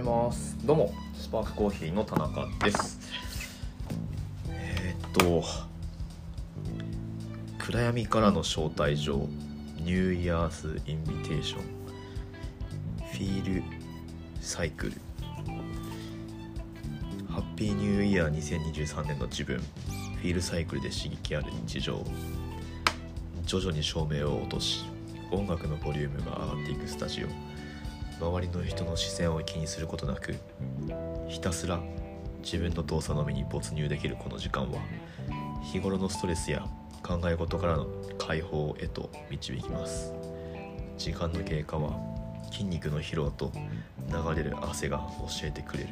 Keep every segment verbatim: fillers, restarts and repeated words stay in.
ます。どうもスパークコーヒーの田中です。えー、っと暗闇からの招待状、ニューイヤーズインビテーション、フィールサイクル、ハッピーニューイヤーにせんにじゅうさんねんの自分、フィールサイクルで刺激ある日常、徐々に照明を落とし音楽のボリュームが上がっていくスタジオ、周りの人の視線を気にすることなくひたすら自分の動作のみに没入できるこの時間は、日頃のストレスや考え事からの解放へと導きます。時間の経過は筋肉の疲労と流れる汗が教えてくれる。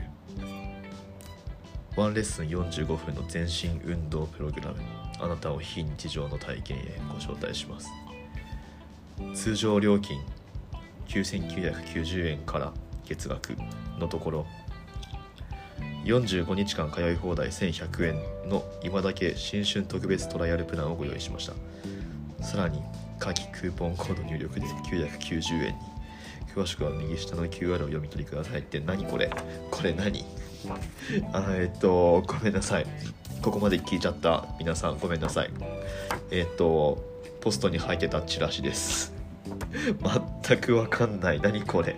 ワンレッスンよんじゅうごふんの全身運動プログラム、あなたを非日常の体験へご招待します。通常料金きゅうせんきゅうひゃくきゅうじゅうえんから月額のところ、よんじゅうごにちかん通い放題せんひゃくえんの今だけ新春特別トライアルプランをご用意しました。さらに下記クーポンコード入力できゅうひゃくきゅうじゅうえんに。詳しくは右下の キューアール を読み取りください。って何これこれ何あえっとごめんなさい、ここまで聞いちゃった皆さんごめんなさい。えっとポストに入ってたチラシです。全くわかんない、何これ。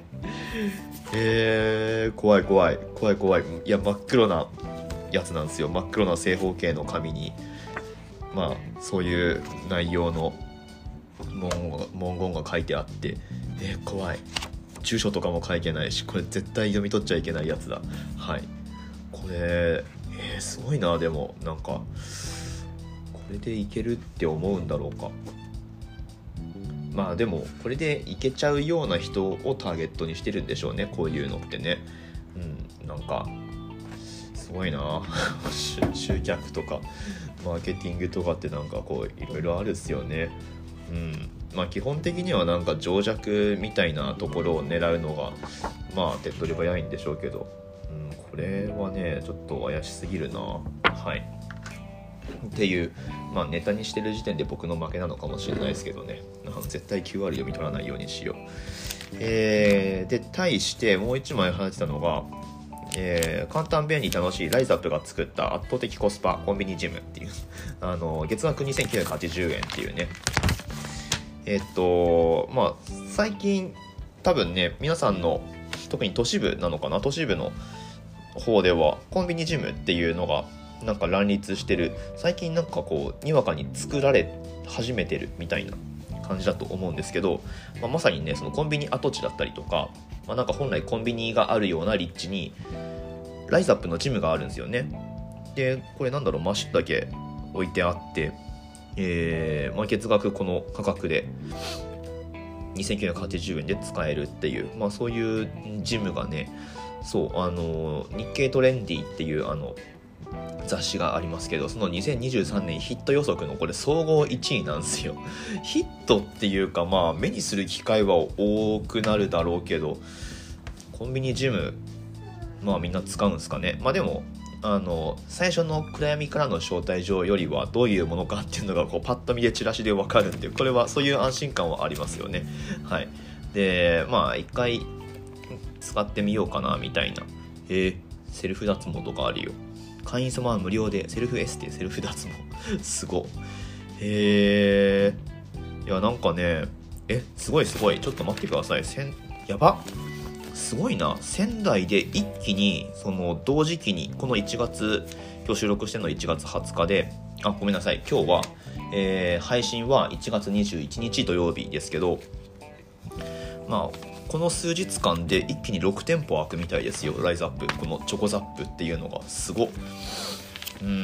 えー、怖い怖い怖い怖い。いや真っ黒なやつなんですよ。真っ黒な正方形の紙にまあそういう内容の文言が文言が書いてあって、えー、怖い。住所とかも書いてないし、これ絶対読み取っちゃいけないやつだ。はい、これ、えー、すごいな。でもなんかこれでいけるって思うんだろうか。まあでもこれでいけちゃうような人をターゲットにしてるんでしょうね、こういうのってね。うん、なんかすごいな集客とかマーケティングとかってなんかこういろいろあるっすよね。うん、まあ基本的にはなんか情弱みたいなところを狙うのがまあ手っ取り早いんでしょうけど、うん、これはねちょっと怪しすぎるな。はいっていう、まあネタにしてる時点で僕の負けなのかもしれないですけどね。絶対 キューアール 読み取らないようにしよう。えー、で対してもう一枚話したのが、えー、簡単便利楽しいライザップが作った圧倒的コスパコンビニジムっていうあの月額にせんきゅうひゃくはちじゅうえんっていうね。えー、っとまあ最近多分ね皆さんの特に都市部なのかな、都市部の方ではコンビニジムっていうのがなんか乱立してる、最近なんかこうにわかに作られ始めてるみたいな感じだと思うんですけど、まあ、まさにねそのコンビニ跡地だったりとか、まあ、なんか本来コンビニがあるような立地にライザップのジムがあるんですよね。でこれなんだろう、マシュだけ置いてあって、えーまあ、月額この価格でにせんきゅうひゃくはちじゅうえんで使えるっていう、まあ、そういうジムがね、そうあの日経トレンディっていうあの雑誌がありますけど、そのにせんにじゅうさんねんヒット予測のこれ総合いちいなんですよ。ヒットっていうかまあ目にする機会は多くなるだろうけど、コンビニジムまあみんな使うんですかね。まあでもあの最初の暗闇からの招待状よりはどういうものかっていうのがこうパッと見でチラシで分かるんで、これはそういう安心感はありますよね。はい。でまあ一回使ってみようかなみたいな。えー、セルフ脱毛とかあるよ。会員様は無料でセルフエステ、セルフ脱毛すごへー。いやなんかねえすごいすごいちょっと待ってください。せんやばすごいな。仙台で一気にその同時期にこのいちがつ、今日収録してるのいちがつはつかで、あごめんなさい今日は、えー、配信はいちがつにじゅういちにち土曜日ですけど、まあこの数日間で一気にろくてんぽ開くみたいですよ、ライザップ。このチョコザップっていうのがすごっ。うん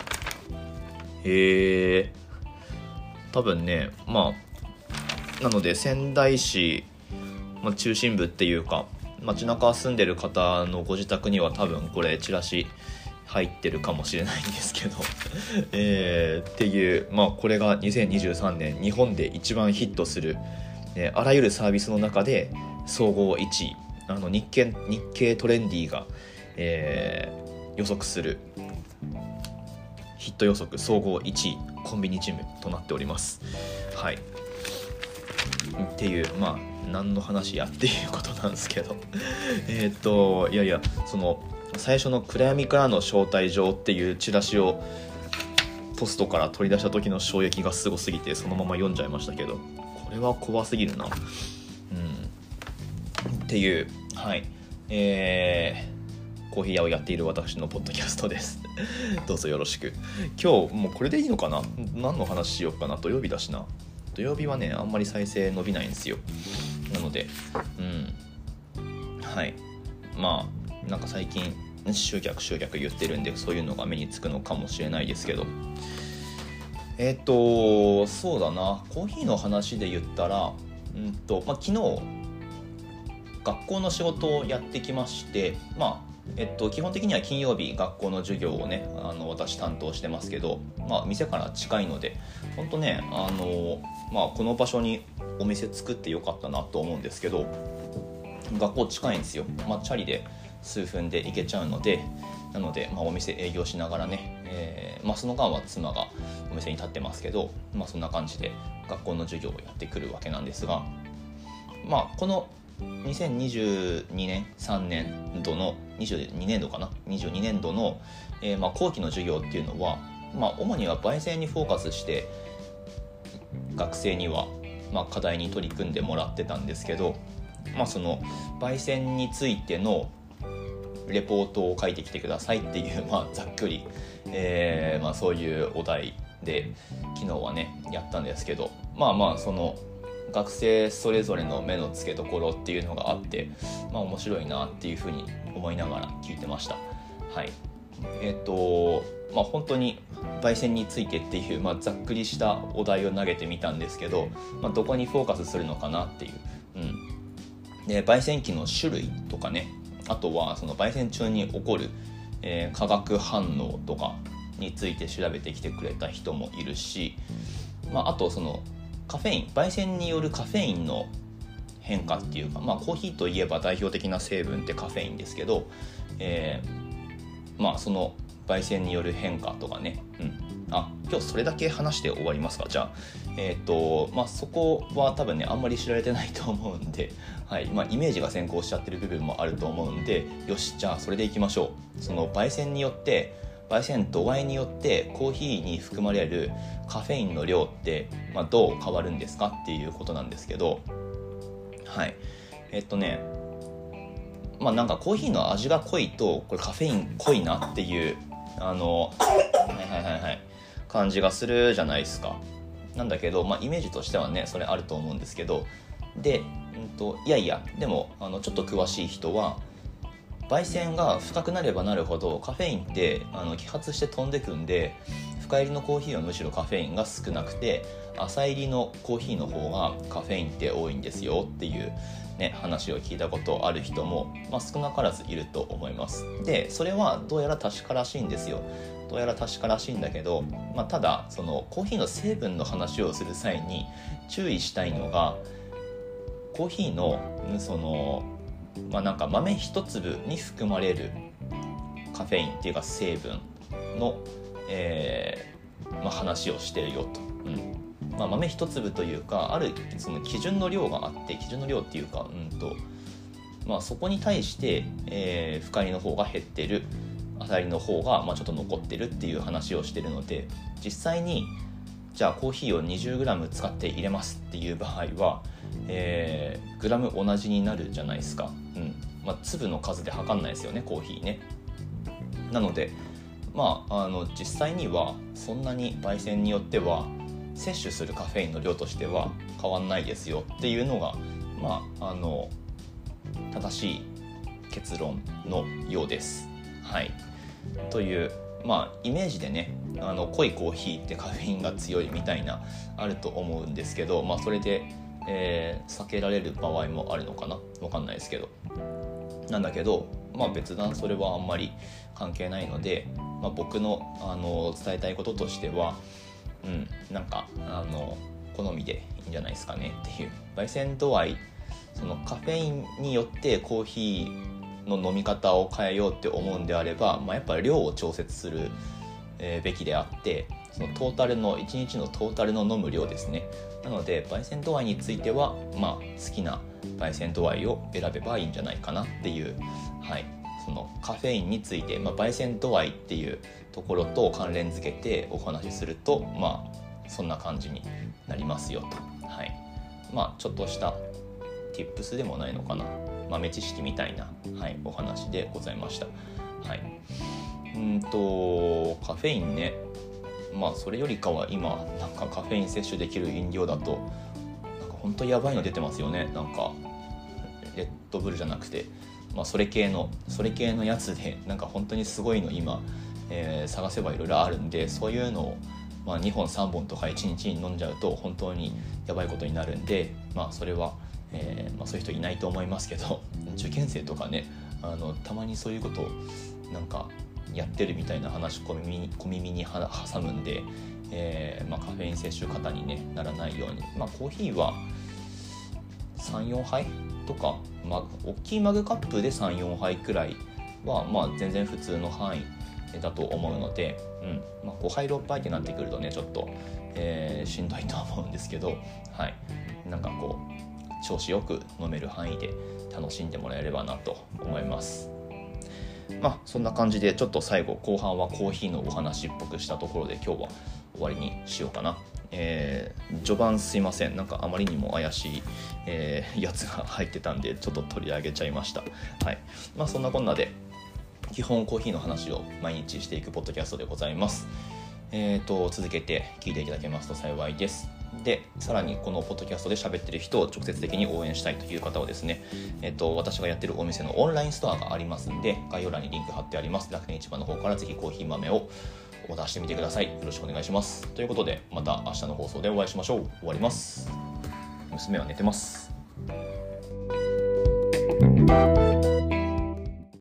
へえ。多分ねまあなので仙台市、まあ、中心部っていうか街中住んでる方のご自宅には多分これチラシ入ってるかもしれないんですけどえー、っていうまあこれがにせんにじゅうさんねん日本で一番ヒットする、えー、あらゆるサービスの中で総合いちい、あの日経、日経トレンディが、えー、予測するヒット予測総合いちいコンビニジムとなっております。はいっていう、まあ何の話やっていうことなんですけどえっといやいやその最初の暗闇からの招待状っていうチラシをポストから取り出した時の衝撃がすごすぎてそのまま読んじゃいましたけど、これは怖すぎるな。うんっていう、はいえー、コーヒー屋をやっている私のポッドキャストですどうぞよろしく。今日もうこれでいいのかな、何の話しようかな。土曜日だしな。土曜日はねあんまり再生伸びないんですよ。なのでうんはいまあなんか最近集客集客言ってるんでそういうのが目につくのかもしれないですけど、えっとそうだな、コーヒーの話で言ったらうんと、まあ、昨日学校の仕事をやってきまして、まあえっと、基本的には金曜日学校の授業をねあの私担当してますけど、まあ、店から近いので本当ねあの、まあ、この場所にお店作ってよかったなと思うんですけど、学校近いんですよ。まあ、チャリで数分で行けちゃうので、なので、まあ、お店営業しながらね、えーまあ、その間は妻がお店に立ってますけど、まあ、そんな感じで学校の授業をやってくるわけなんですが、まあ、このにせんにじゅうにねんさんねん度のにじゅうにねん度かなにじゅうにねん度の、えーまあ、後期の授業っていうのは、まあ、主には焙煎にフォーカスして学生には、まあ、課題に取り組んでもらってたんですけど、まあ、その焙煎についてのレポートを書いてきてくださいっていう、まあ、ざっくり、えーまあ、そういうお題で昨日はねやったんですけど、まあまあその学生それぞれの目の付けどころっていうのがあって、まあ面白いなっていうふうに思いながら聞いてました。はいえっ、ー、とまあ本当に焙煎についてっていう、まあ、ざっくりしたお題を投げてみたんですけど、まあ、どこにフォーカスするのかなっていう、うん、で焙煎機の種類とかね、あとはその焙煎中に起こる、えー、化学反応とかについて調べてきてくれた人もいるし、まあ、あとそのカフェイン、焙煎によるカフェインの変化っていうか、まあ、コーヒーといえば代表的な成分ってカフェインですけど、えー、まあその焙煎による変化とかね、うん、あ今日それだけ話して終わりますか。じゃあ、えーとまあ、そこは多分ねあんまり知られてないと思うんで、はいまあ、イメージが先行しちゃってる部分もあると思うんで、よしじゃあそれでいきましょう。その焙煎によって焙煎度合いによってコーヒーに含まれるカフェインの量って、まあ、どう変わるんですかっていうことなんですけど、はいえっとねまあなんかコーヒーの味が濃いとこれカフェイン濃いなっていうあのはいはいはいはい感じがするじゃないですか。なんだけど、まあ、イメージとしてはねそれあると思うんですけど、で、うんと、いやいやでもあのちょっと詳しい人は焙煎が深くなればなるほどカフェインってあの揮発して飛んでくんで、深入りのコーヒーはむしろカフェインが少なくて浅入りのコーヒーの方がカフェインって多いんですよっていう、ね、話を聞いたことある人も、まあ、少なからずいると思います。でそれはどうやら確からしいんですよ。どうやら確からしいんだけど、まあ、ただそのコーヒーの成分の話をする際に注意したいのが、コーヒーのそのまあ、なんか豆一粒に含まれるカフェインっていうか成分の、えーまあ、話をしてるよと、うんまあ、豆一粒というかあるその基準の量があって、基準の量っていうか、うんとまあ、そこに対して、えー、深入りの方が減ってる、浅入りの方がまあちょっと残ってるっていう話をしてるので、実際にじゃあコーヒーを にじゅうグラム 使って入れますっていう場合は、えー、グラム同じになるじゃないですか、うんまあ、粒の数で測んないですよねコーヒーね。なので、まあ、あの実際にはそんなに焙煎によっては摂取するカフェインの量としては変わんないですよっていうのが、まあ、あの正しい結論のようです。はいというまあイメージでね、あの濃いコーヒーってカフェインが強いみたいなあると思うんですけど、まあそれで、えー、避けられる場合もあるのかな、わかんないですけど、なんだけどまあ別段それはあんまり関係ないので、まあ、僕の、あの伝えたいこととしては、うんなんかあの好みでいいんじゃないですかねっていう。焙煎度合い、そのカフェインによってコーヒーの飲み方を変えようって思うんであれば、まあ、やっぱり量を調節する、えー、べきであって、 そのトータルのいちにちのトータルの飲む量ですね。なので焙煎度合いについては、まあ、好きな焙煎度合いを選べばいいんじゃないかなっていう、はい、そのカフェインについて、まあ、焙煎度合いっていうところと関連づけてお話しすると、まあそんな感じになりますよと、はい、まあちょっとした tips でもないのかな、豆知識みたいな、はい、お話でございました。はい、うんとカフェインね、まあそれよりかは今なんかカフェイン摂取できる飲料だとなんか本当やばいの出てますよね。なんかレッドブルじゃなくて、まあ、それ系のそれ系のやつでなんか本当にすごいの今、えー、探せばいろいろあるんで、そういうのを、まあ、にほんさんぼんとかいちにちに飲んじゃうと本当にやばいことになるんで、まあそれは、えーまあ、そういう人いないと思いますけど、受験生とかね、あのたまにそういうことをなんかやってるみたいな話小耳小耳に挟むんで、えーまあ、カフェイン摂取過多に、ね、ならないように、まあ、コーヒーは さんよんはいとか、まあ、大きいマグカップで さんよんはいくらいは、まあ、全然普通の範囲だと思うので、うんまあ、ごはいろっぱいってなってくるとねちょっと、えー、しんどいとは思うんですけど、はい、なんかこう調子よく飲める範囲で楽しんでもらえればなと思います。まあそんな感じでちょっと最後後半はコーヒーのお話っぽくしたところで今日は終わりにしようかな。えー、序盤すいません、なんかあまりにも怪しい、えー、やつが入ってたんでちょっと取り上げちゃいました。はい、まあそんなこんなで基本コーヒーの話を毎日していくポッドキャストでございます。えーと続けて聞いていただけますと幸いです。でさらにこのポッドキャストで喋ってる人を直接的に応援したいという方はですね、えーと私がやってるお店のオンラインストアがありますんで、概要欄にリンク貼ってあります。楽天市場の方からぜひコーヒー豆をオーダーしてみてください。よろしくお願いします。ということでまた明日の放送でお会いしましょう。終わります。娘は寝てます。